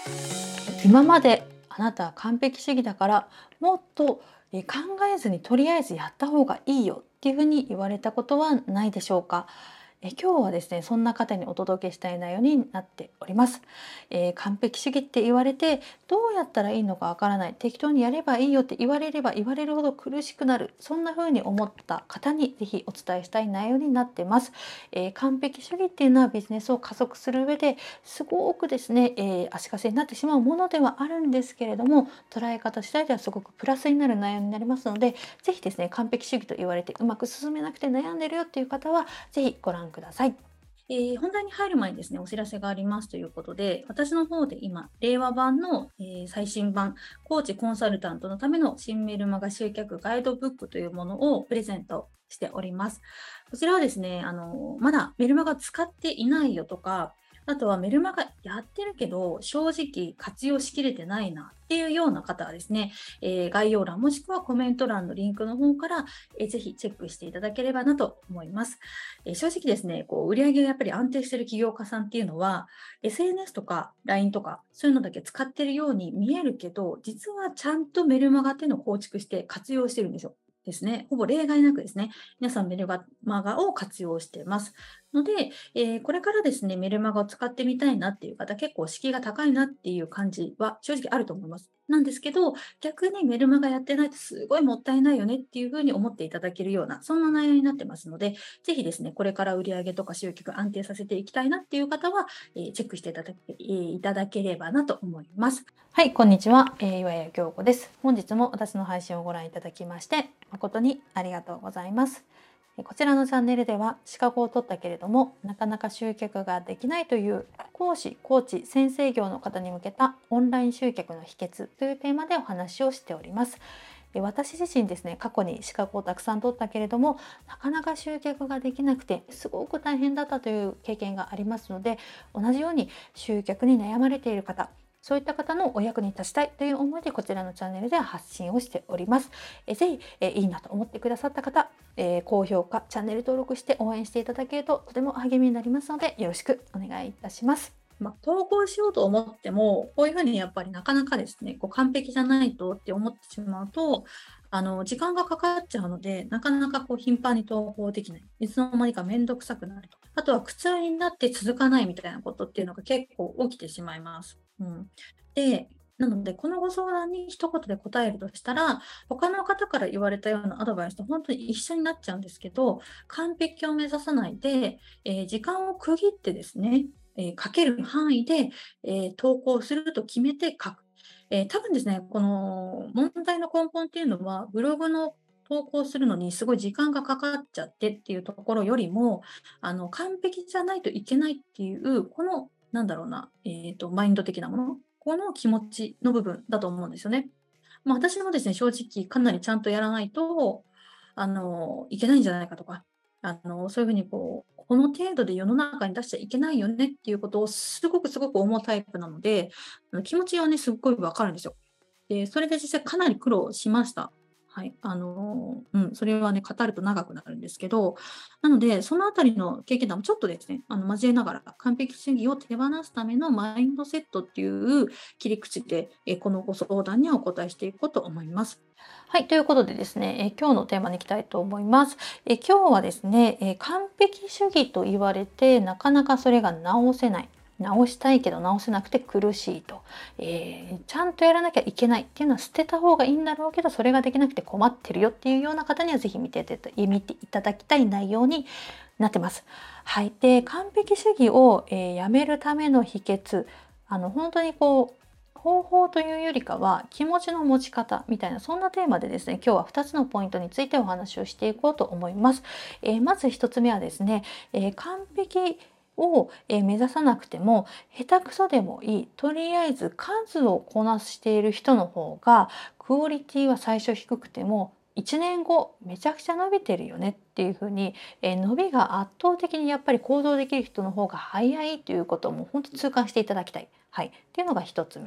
今まであなたは完璧主義だからもっと考えずにとりあえずやった方がいいよっていうふうに言われたことはないでしょうか。今日はですね、そんな方にお届けしたい内容になっております。完璧主義って言われてどうやったらいいのかわからない、適当にやればいいよって言われれば言われるほど苦しくなる、そんな風に思った方にぜひお伝えしたい内容になってます。完璧主義っていうのはビジネスを加速する上ですごくですね、足かせになってしまうものではあるんですけれども、捉え方次第ではすごくプラスになる内容になりますので、ぜひですね、完璧主義と言われてうまく進めなくて悩んでるよっていう方はぜひご覧ください。本題に入る前にですね、お知らせがありますということで、私の方で今、令和版の、最新版、コーチコンサルタントのための新メルマガ集客ガイドブックというものをプレゼントしております。こちらはですね、まだメルマガ使っていないよとか、あとはメルマガやってるけど、正直活用しきれてないなっていうような方はですね、概要欄もしくはコメント欄のリンクの方から、ぜひチェックしていただければなと思います。正直ですね、売り上げがやっぱり安定している起業家さんっていうのは、SNS とか LINE とか、そういうのだけ使ってるように見えるけど、実はちゃんとメルマガっていうのを構築して活用してるんですよ。ですね。ほぼ例外なくですね、皆さんメルマガを活用しています。ので、これからですね、メルマガを使ってみたいなっていう方、結構敷居が高いなっていう感じは正直あると思います。なんですけど、逆にメルマガやってないとすごいもったいないよねっていうふうに思っていただけるような、そんな内容になってますので、ぜひですね、これから売上とか集客安定させていきたいなっていう方は、チェックしていただければなと思います。はい、こんにちは、岩谷京子です。本日も私の配信をご覧いただきまして誠にありがとうございます。こちらのチャンネルでは資格を取ったけれどもなかなか集客ができないという講師、コーチ、先生業の方に向けたオンライン集客の秘訣というテーマでお話をしております。私自身ですね、過去に資格をたくさん取ったけれどもなかなか集客ができなくてすごく大変だったという経験がありますので、同じように集客に悩まれている方、そういった方のお役に立ちたいという思いでこちらのチャンネルでは発信をしております。ぜひいいなと思ってくださった方、高評価、チャンネル登録して応援していただけるととても励みになりますのでよろしくお願いいたします。投稿しようと思っても、こういうふうにやっぱりなかなかですね、完璧じゃないとって思ってしまうと、時間がかかっちゃうので、なかなか頻繁に投稿できない。いつの間にかめんどくさくなると。あとは苦痛になって続かないみたいなことっていうのが結構起きてしまいます。で、なので、このご相談に一言で答えるとしたら、他の方から言われたようなアドバイスと本当に一緒になっちゃうんですけど、完璧を目指さないで、時間を区切ってですね、書ける範囲で、投稿すると決めて書く。多分ですね、この問題の根本っていうのは、ブログの投稿するのにすごい時間がかかっちゃってっていうところよりも、完璧じゃないといけないっていう、この、なんだろうな、マインド的なもの、この気持ちの部分だと思うんですよね。私もですね、正直かなりちゃんとやらないと、いけないんじゃないかとか、そういうふうにこの程度で世の中に出しちゃいけないよねっていうことをすごく思うタイプなので、気持ちはね、すっごいわかるんですよ。で、それで実際かなり苦労しました。はい。それはね、語ると長くなるんですけど、なので、そのあたりの経験談もちょっとですね、交えながら、完璧主義を手放すためのマインドセットっていう切り口で、このご相談にはお答えしていこうと思います。はい、ということでですね、今日のテーマに行きたいと思います。今日はですね、完璧主義と言われてなかなかそれが直せない。直したいけど直せなくて苦しいと、ちゃんとやらなきゃいけないっていうのは捨てた方がいいんだろうけどそれができなくて困ってるよっていうような方にはぜひ見ていただきたい内容になってます。はい、で完璧主義を、やめるための秘訣、本当に方法というよりかは気持ちの持ち方みたいなそんなテーマでですね、今日は2つのポイントについてお話をしていこうと思います。まず1つ目はですね、完璧を目指さなくても下手くそでもいい、とりあえず数をこなしている人の方がクオリティは最初低くても1年後めちゃくちゃ伸びてるよねっていうふうに、伸びが圧倒的にやっぱり行動できる人の方が早いということも本当に痛感していただきたい、はい、っていうのが1つ目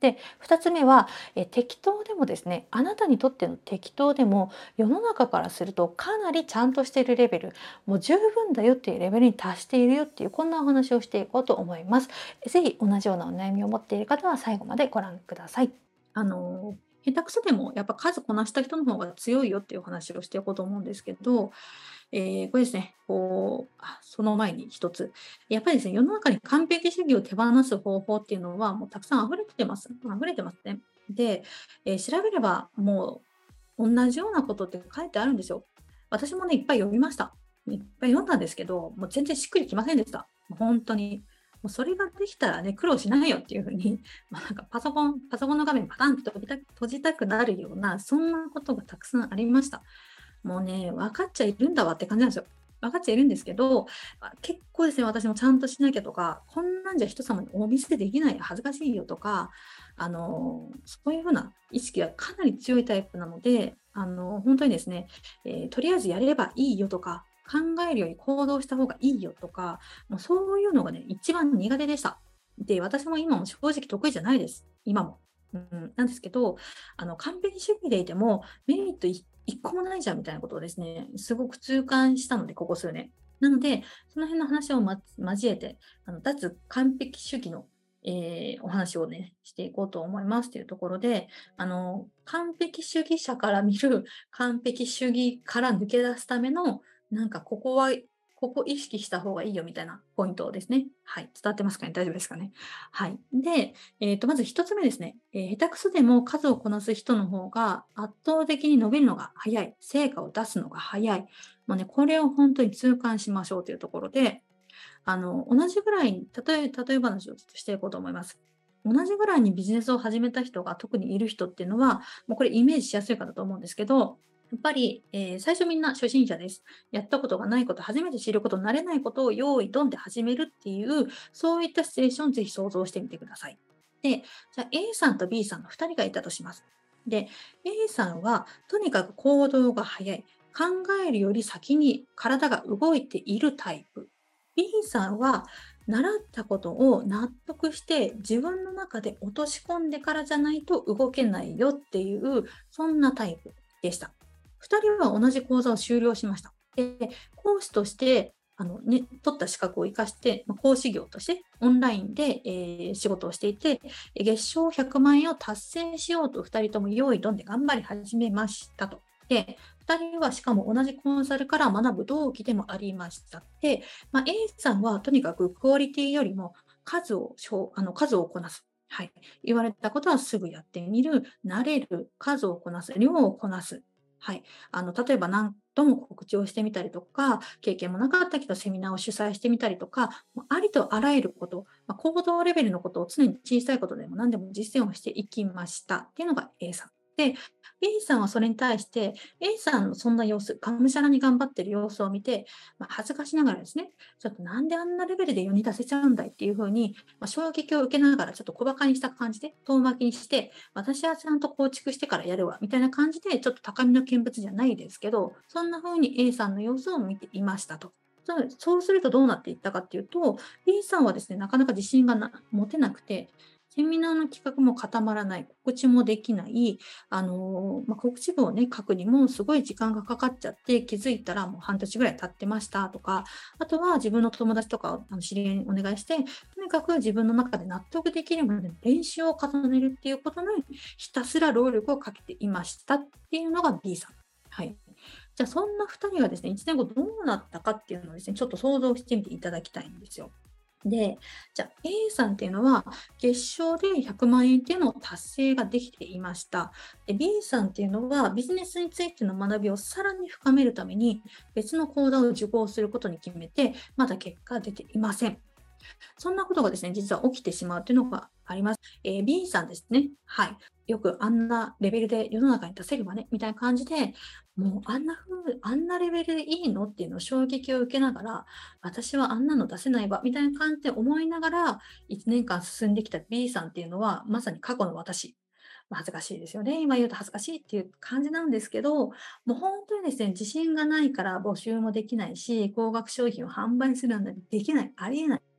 で、2つ目は、適当でもですね、あなたにとっての適当でも、世の中からするとかなりちゃんとしているレベル、もう十分だよっていうレベルに達しているよっていう、こんなお話をしていこうと思います。ぜひ同じようなお悩みを持っている方は最後までご覧ください。下手くそでもやっぱ数こなした人の方が強いよっていうお話をしていこうと思うんですけど、これですね、その前に一つ、やっぱりですね、世の中に完璧主義を手放す方法っていうのはもうたくさん溢れてます。溢れてますね。で、調べればもう同じようなことって書いてあるんですよ。私もね、いっぱい読みました。いっぱい読んだんですけど、もう全然しっくりきませんでした。もう本当に。もうそれができたらね、苦労しないよっていう風に、なんかパソコンの画面パタンと閉じたくなるような、そんなことがたくさんありました。もうね、分かっちゃいるんだわって感じなんですよ。分かっちゃいるんですけど、結構ですね、私もちゃんとしなきゃとか、こんなんじゃ人様にお見せできないよ、恥ずかしいよとか、そういう風な意識がかなり強いタイプなので、本当にですね、とりあえずやれればいいよとか、考えるより行動した方がいいよとか、もうそういうのがね、一番苦手でした。で、私も今も正直得意じゃないです。今も。なんですけど、完璧主義でいても、メリット一個もないじゃんみたいなことをですね、すごく痛感したので、ここ数年。なので、その辺の話を交えて、脱完璧主義の、お話をね、していこうと思いますというところで、完璧主義者から見る完璧主義から抜け出すための、なんかここ意識した方がいいよみたいなポイントですね。はい。伝わってますかね、大丈夫ですかね。はい。で、まず一つ目ですね。下手くそでも数をこなす人の方が圧倒的に伸びるのが早い。成果を出すのが早い。もうね、これを本当に痛感しましょうというところで、同じぐらいに、例え話をちょっとしていこうと思います。同じぐらいにビジネスを始めた人が特にいる人っていうのは、もうこれイメージしやすいかだと思うんですけど、やっぱり、最初みんな初心者です。やったことがないこと、初めて知ること、慣れないことを用意ドンで始めるっていう、そういったシチュエーションをぜひ想像してみてください。で、じゃあ A さんと B さんの2人がいたとします。で、A さんはとにかく行動が早い。考えるより先に体が動いているタイプ。B さんは習ったことを納得して自分の中で落とし込んでからじゃないと動けないよっていう、そんなタイプでした。2人は同じ講座を修了しました。で、講師として取った資格を生かして、講師業としてオンラインで、仕事をしていて、月賞100万円を達成しようと2人とも用意どんで頑張り始めましたと。で、2人はしかも同じコンサルから学ぶ同期でもありました。で、A さんはとにかくクオリティよりも数をこなす。はい。言われたことはすぐやってみる、慣れる、数をこなす、量をこなす。はい。例えば何度も告知をしてみたりとか、経験もなかったけどセミナーを主催してみたりとか、もうありとあらゆること、行動レベルのことを常に小さいことでも何でも実践をしていきましたっていうのが A さん。で、A さんはそれに対して、A さんのそんな様子、がむしゃらに頑張ってる様子を見て、恥ずかしながらですね、ちょっとなんであんなレベルで世に出せちゃうんだいっていう風に、衝撃を受けながらちょっと小馬鹿にした感じで、遠巻きにして、私はちゃんと構築してからやるわ、みたいな感じで、ちょっと高みの見物じゃないですけど、そんな風に A さんの様子を見ていましたと。そうするとどうなっていったかっていうと、B さんはですね、なかなか自信が持てなくて、セミナーの企画も固まらない、告知もできない、告知文をね、書くにもすごい時間がかかっちゃって、気づいたらもう半年ぐらい経ってましたとか、あとは自分の友達とか知り合いにお願いして、とにかく自分の中で納得できるまでの練習を重ねるっていうことにひたすら労力をかけていましたっていうのが B さん。はい。じゃあそんな2人がですね、1年後どうなったかっていうのをですね、ちょっと想像してみていただきたいんですよ。で、じゃあ A さんっていうのは、月賞で100万円っていうのを達成ができていました。で、B さんっていうのは、ビジネスについての学びをさらに深めるために、別の講座を受講することに決めて、まだ結果が出ていません。そんなことがですね、実は起きてしまうというのがあります。B さんですね。はい。よくあんなレベルで世の中に出せるわね、みたいな感じで、もうあんなレベルでいいのっていうのを衝撃を受けながら、私はあんなの出せないわ、みたいな感じで思いながら、1年間進んできた B さんっていうのは、まさに過去の私。恥ずかしいですよね。今言うと恥ずかしいっていう感じなんですけど、もう本当にですね、自信がないから募集もできないし、高額商品を販売するなんてできない、ありえない。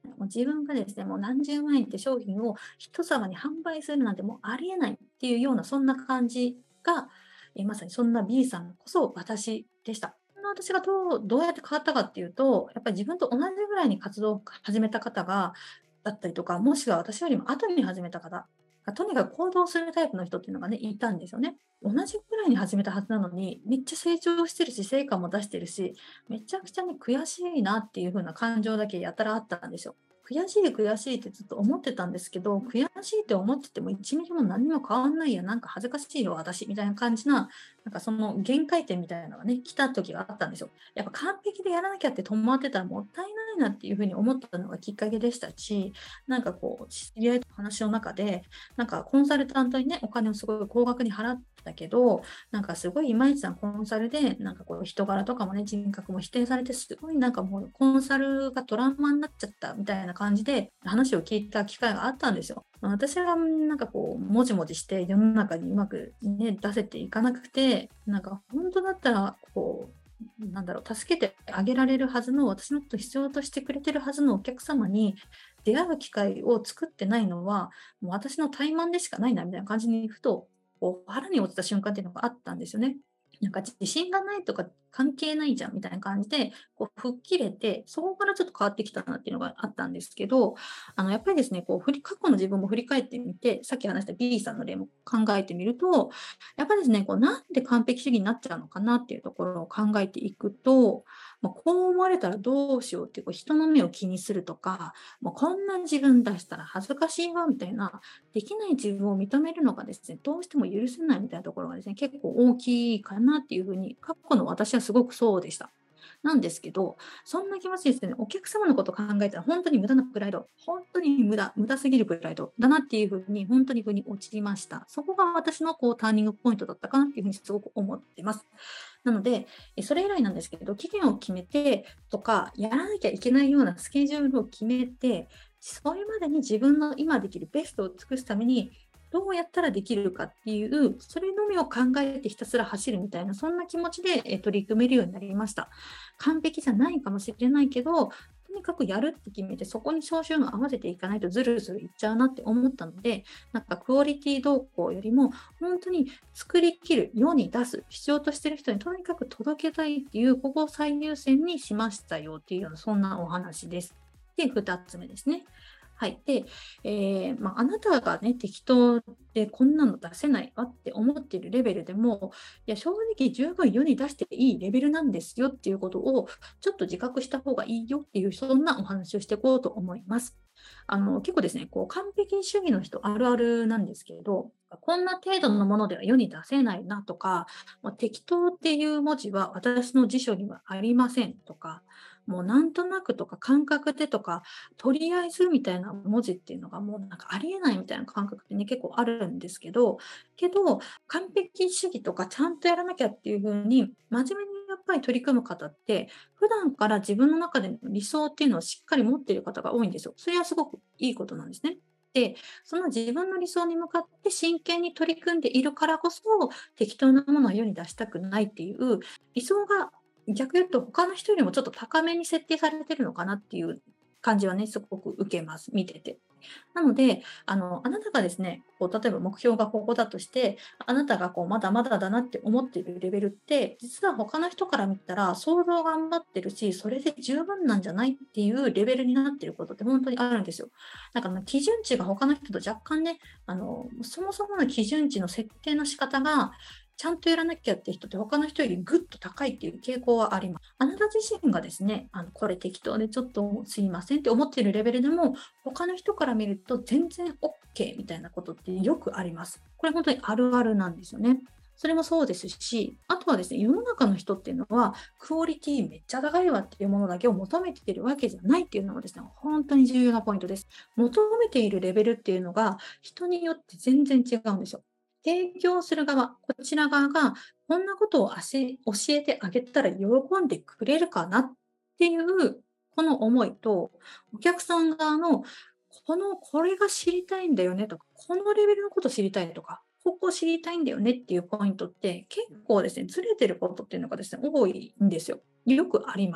もう自分がですね、もう何十万円って商品を人様に販売するなんてもうありえないっていうようなそんな感じが、まさにそんな B さんこそ私でした。そんな私がどうやって変わったかっていうと、やっぱり自分と同じぐらいに活動を始めた方だったりとか、もしくは私よりも後に始めた方が、とにかく行動するタイプの人っていうのがね、いたんですよね。同じぐらいに始めたはずなのに、めっちゃ成長してるし、成果も出してるし、めちゃくちゃに悔しいなっていう風な感情だけやたらあったんですよ。悔しい悔しいってずっと思ってたんですけど、悔しいって思ってても1ミリも何にも変わんないや、なんか恥ずかしいよ私みたいな感じな、なんかその限界点みたいなのがね、来た時があったんですよ。やっぱ完璧でやらなきゃって止まってたらもったいないなっていう風に思ったのがきっかけでしたし、なんかこう、知り合いと話の中で、なんかコンサルタントにね、お金をすごい高額に払ったけど、なんかすごいいまいちなコンサルで、なんかこう人柄とかもね、人格も否定されて、すごいなんかもうコンサルがトラウマになっちゃったみたいな感じで話を聞いた機会があったんですよ。私がなんかこう、もじもじして世の中にうまくね、出せていかなくて、なんか本当だったら、こう、なんだろう、助けてあげられるはずの、私のこと必要としてくれてるはずのお客様に出会う機会を作ってないのは、もう私の怠慢でしかないなみたいな感じにふとこう腹に落ちた瞬間っていうのがあったんですよね。なんか自信がないとか関係ないじゃんみたいな感じで、こう吹っ切れて、そこからちょっと変わってきたなっていうのがあったんですけど、やっぱりですね、こう過去の自分も振り返ってみて、さっき話した B さんの例も考えてみると、やっぱりですね、こうなんで完璧主義になっちゃうのかなっていうところを考えていくと、こう思われたらどうしようっていうこう人の目を気にするとか、もうこんな自分出したら恥ずかしいわみたいな、できない自分を認めるのがですね、どうしても許せないみたいなところがですね、結構大きいかなっていうふうに、過去の私はすごくそうでした。なんですけど、そんな気持ちですね、お客様のことを考えたら本当に無駄なプライド、本当に無駄すぎるプライドだなっていうふうに、本当に腑に落ちました。そこが私のこうターニングポイントだったかなっていうふうにすごく思ってます。なので、それ以来なんですけど、期限を決めてとか、やらなきゃいけないようなスケジュールを決めて、それまでに自分の今できるベストを尽くすために、どうやったらできるかっていう、それのみを考えてひたすら走るみたいな、そんな気持ちで取り組めるようになりました。完璧じゃないかもしれないけど、とにかくやるって決めて、そこに照準を合わせていかないとずるずるいっちゃうなって思ったので、なんかクオリティ動向よりも、本当に作りきる、世に出す、必要としてる人にとにかく届けたいっていう、ここを最優先にしましたよっていうような、そんなお話です。で、2つ目ですね。はい。で、あなたがね、適当でこんなの出せないわって思っているレベルでも、いや、正直十分世に出していいレベルなんですよっていうことを、ちょっと自覚した方がいいよっていう、そんなお話をしていこうと思います。結構ですね、こう完璧主義の人あるあるなんですけれど、こんな程度のものでは世に出せないなとか、適当っていう文字は私の辞書にはありませんとか、もうなんとなくとか感覚でとか、とりあえずみたいな文字っていうのがもうなんかありえないみたいな感覚ってね、結構あるんですけど、完璧主義とかちゃんとやらなきゃっていう風に、真面目にやっぱり取り組む方って、普段から自分の中での理想っていうのをしっかり持っている方が多いんですよ。それはすごくいいことなんですね。で、その自分の理想に向かって真剣に取り組んでいるからこそ、適当なものは世に出したくないっていう、理想が逆言うと他の人よりもちょっと高めに設定されてるのかなっていう感じはね、すごく受けます、見てて。なので、あなたがですね、こう例えば目標がここだとして、あなたがこうまだまだだなって思っているレベルって、実は他の人から見たら想像頑張ってるし、それで十分なんじゃないっていうレベルになっていることって本当にあるんですよ。なんか基準値が他の人と若干ね、そもそもの基準値の設定の仕方が、ちゃんとやらなきゃって人って他の人よりぐっと高いっていう傾向はあります。あなた自身がですね、これ適当でちょっとすいませんって思っているレベルでも、他の人から見ると全然 OK みたいなことってよくあります。これ本当にあるあるなんですよね。それもそうですし、あとはですね、世の中の人っていうのは、クオリティめっちゃ高いわっていうものだけを求めているわけじゃないっていうのもですね、本当に重要なポイントです。求めているレベルっていうのが、人によって全然違うんですよ。提供する側、こちら側が、こんなことを教えてあげたら喜んでくれるかなっていう、この思いと、お客さん側の、これが知りたいんだよねとか、このレベルのこと知りたいとか、ここ知りたいんだよねっていうポイントって、結構ですね、ずれてることっていうのがですね、多いんですよ。よくあります。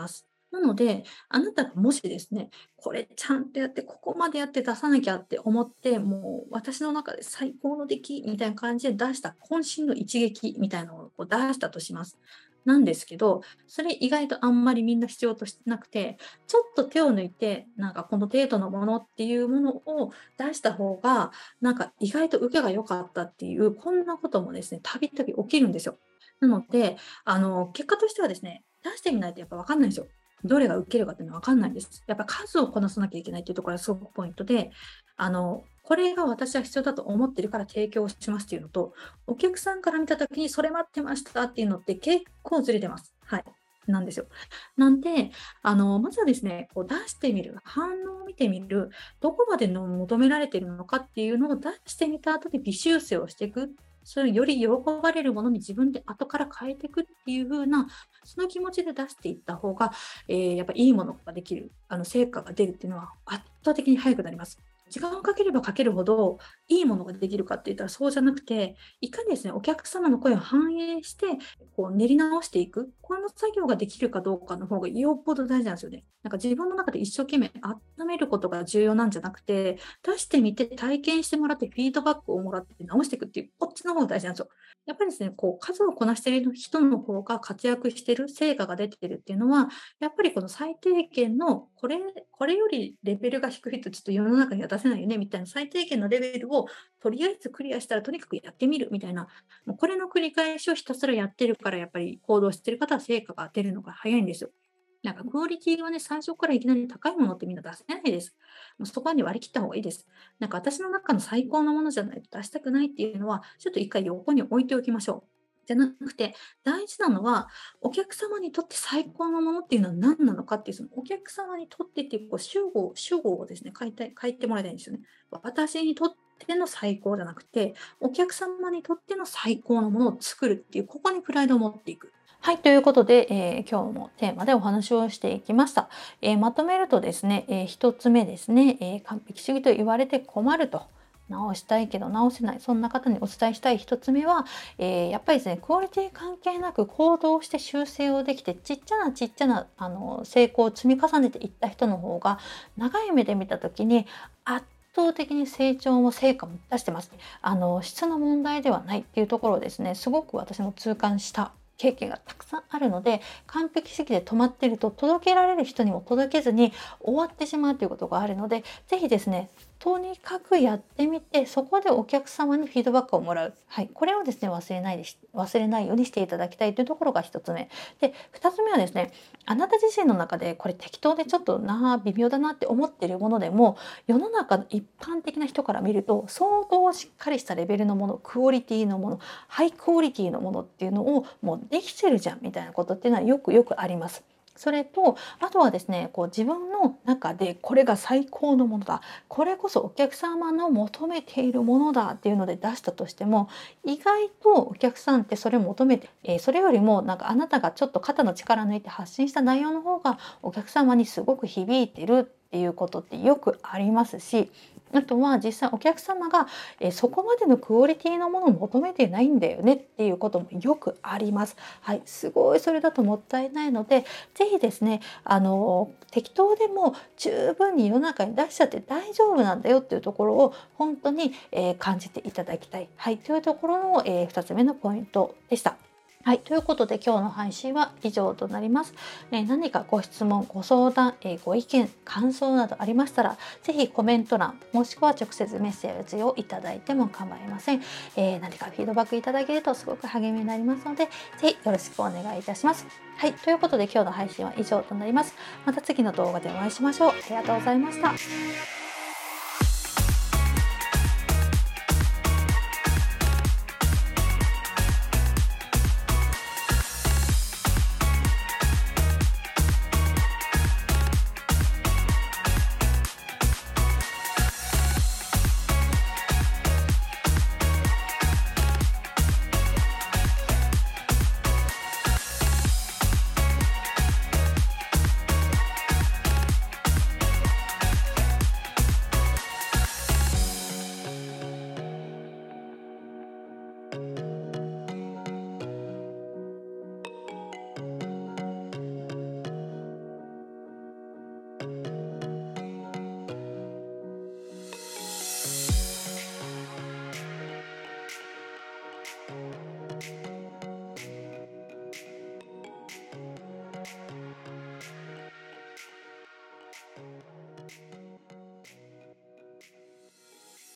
なので、あなたがもしですね、これちゃんとやって、ここまでやって出さなきゃって思って、もう私の中で最高の出来みたいな感じで出した渾身の一撃みたいなのをこう出したとします。なんですけど、それ意外とあんまりみんな必要としてなくて、ちょっと手を抜いて、なんかこの程度のものっていうものを出した方が、なんか意外と受けが良かったっていう、こんなこともですね、たびたび起きるんですよ。なので、結果としてはですね、出してみないとやっぱ分かんないんですよ。どれが受けるかっていうのは分かんないんです。やっぱ数をこなさなきゃいけないっていうところがすごくポイントで、これが私は必要だと思ってるから提供しますっていうのと、お客さんから見た時にそれ待ってましたっていうのって結構ずれてます。はい。なんですよ。なんで、まずはですね、こう出してみる、反応を見てみる、どこまでの求められているのかっていうのを出してみた後で微修正をしていく。それより喜ばれるものに自分で後から変えていくっていう風な、その気持ちで出していった方が、やっぱいいものができる、成果が出るっていうのは圧倒的に早くなります。時間をかければかけるほど、いいものができるかって言ったらそうじゃなくて、いかにですね、お客様の声を反映して、こう練り直していく、この作業ができるかどうかの方がよっぽど大事なんですよね。なんか自分の中で一生懸命温めることが重要なんじゃなくて、出してみて体験してもらってフィードバックをもらって直していくっていう、こっちの方が大事なんですよ。やっぱりですね、こう数をこなしている人の方が活躍してる、成果が出てるっていうのは、やっぱりこの最低限のこれよりレベルが低いとちょっと世の中には出せないよねみたいな最低限のレベルをとりあえずクリアしたらとにかくやってみるみたいな、もうこれの繰り返しをひたすらやってるからやっぱり行動してる方は成果が出るのが早いんですよ。なんかクオリティはね、最初からいきなり高いものってみんな出せないです。もうそこはね、割り切った方がいいです。なんか私の中の最高のものじゃないと出したくないっていうのは、ちょっと一回横に置いておきましょう。じゃなくて、大事なのは、お客様にとって最高のものっていうのは何なのかっていう、そのお客様にとってっていう、こう主語をですね、書いてもらいたいんですよね。私にとっての最高じゃなくて、お客様にとっての最高のものを作るっていう、ここにプライドを持っていく。はい、ということで、今日もテーマでお話をしていきました。まとめるとですね、1つ目ですね、完璧主義と言われて困ると。直したいけど直せない。そんな方にお伝えしたい1つ目は、やっぱりですね、クオリティ関係なく行動して修正をできて、ちっちゃな成功を積み重ねていった人の方が、長い目で見た時に圧倒的に成長も成果も出してます。質の問題ではないっていうところをですね、すごく私も痛感した経験がたくさんあるので、完璧主義で止まっていると届けられる人にも届けずに終わってしまうということがあるので、ぜひですね、とにかくやってみて、そこでお客様にフィードバックをもらう。はい、これをですね、忘れないようにしていただきたいというところが1つ目。で、2つ目はですね、あなた自身の中でこれ適当でちょっと微妙だなって思っているものでも、世の中の一般的な人から見ると、相当しっかりしたレベルのもの、クオリティのもの、ハイクオリティのものっていうのをもうできてるじゃんみたいなことっていうのはよくあります。それと、あとはですね、こう自分の中でこれが最高のものだ、これこそお客様の求めているものだっていうので出したとしても、意外とお客さんってそれを求めて、それよりもなんかあなたがちょっと肩の力抜いて発信した内容の方がお客様にすごく響いてるっていうことってよくありますし、あとは実際お客様が、そこまでのクオリティのものを求めてないんだよねっていうこともよくあります。はい、すごいそれだともったいないので、ぜひですね、適当でも十分に世の中に出しちゃって大丈夫なんだよっていうところを本当に、感じていただきたい。はい、というところの、2つ目のポイントでした。はい、ということで今日の配信は以上となります。何かご質問、ご相談、ご意見、感想などありましたら、ぜひコメント欄、もしくは直接メッセージをいただいても構いません。何かフィードバックいただけるとすごく励みになりますので、ぜひよろしくお願いいたします。はい、ということで今日の配信は以上となります。また次の動画でお会いしましょう。ありがとうございました。